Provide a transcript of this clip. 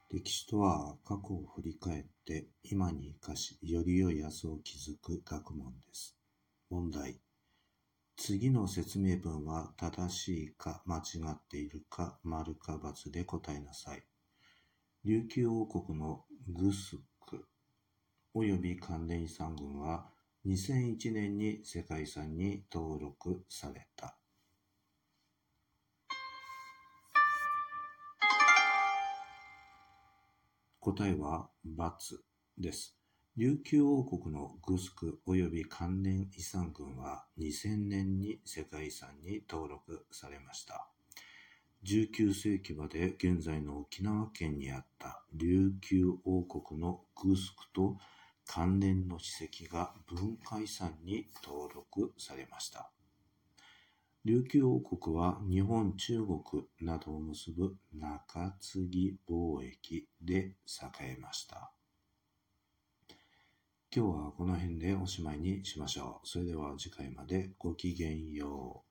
歴史とは過去を振り返って今に生かしより良い明日を築く学問です。問題。次の説明文は正しいか間違っているか丸か×で答えなさい。琉球王国のグスクおよび関連遺産群は2001年に世界遺産に登録された。答えは×です。琉球王国のグスクおよび関連遺産群は2000年に世界遺産に登録されました。19世紀まで現在の沖縄県にあった琉球王国のグスクと関連の史跡が文化遺産に登録されました。琉球王国は日本、中国などを結ぶ中継ぎ貿易で栄えました。今日はこの辺でおしまいにしましょう。それでは次回までごきげんよう。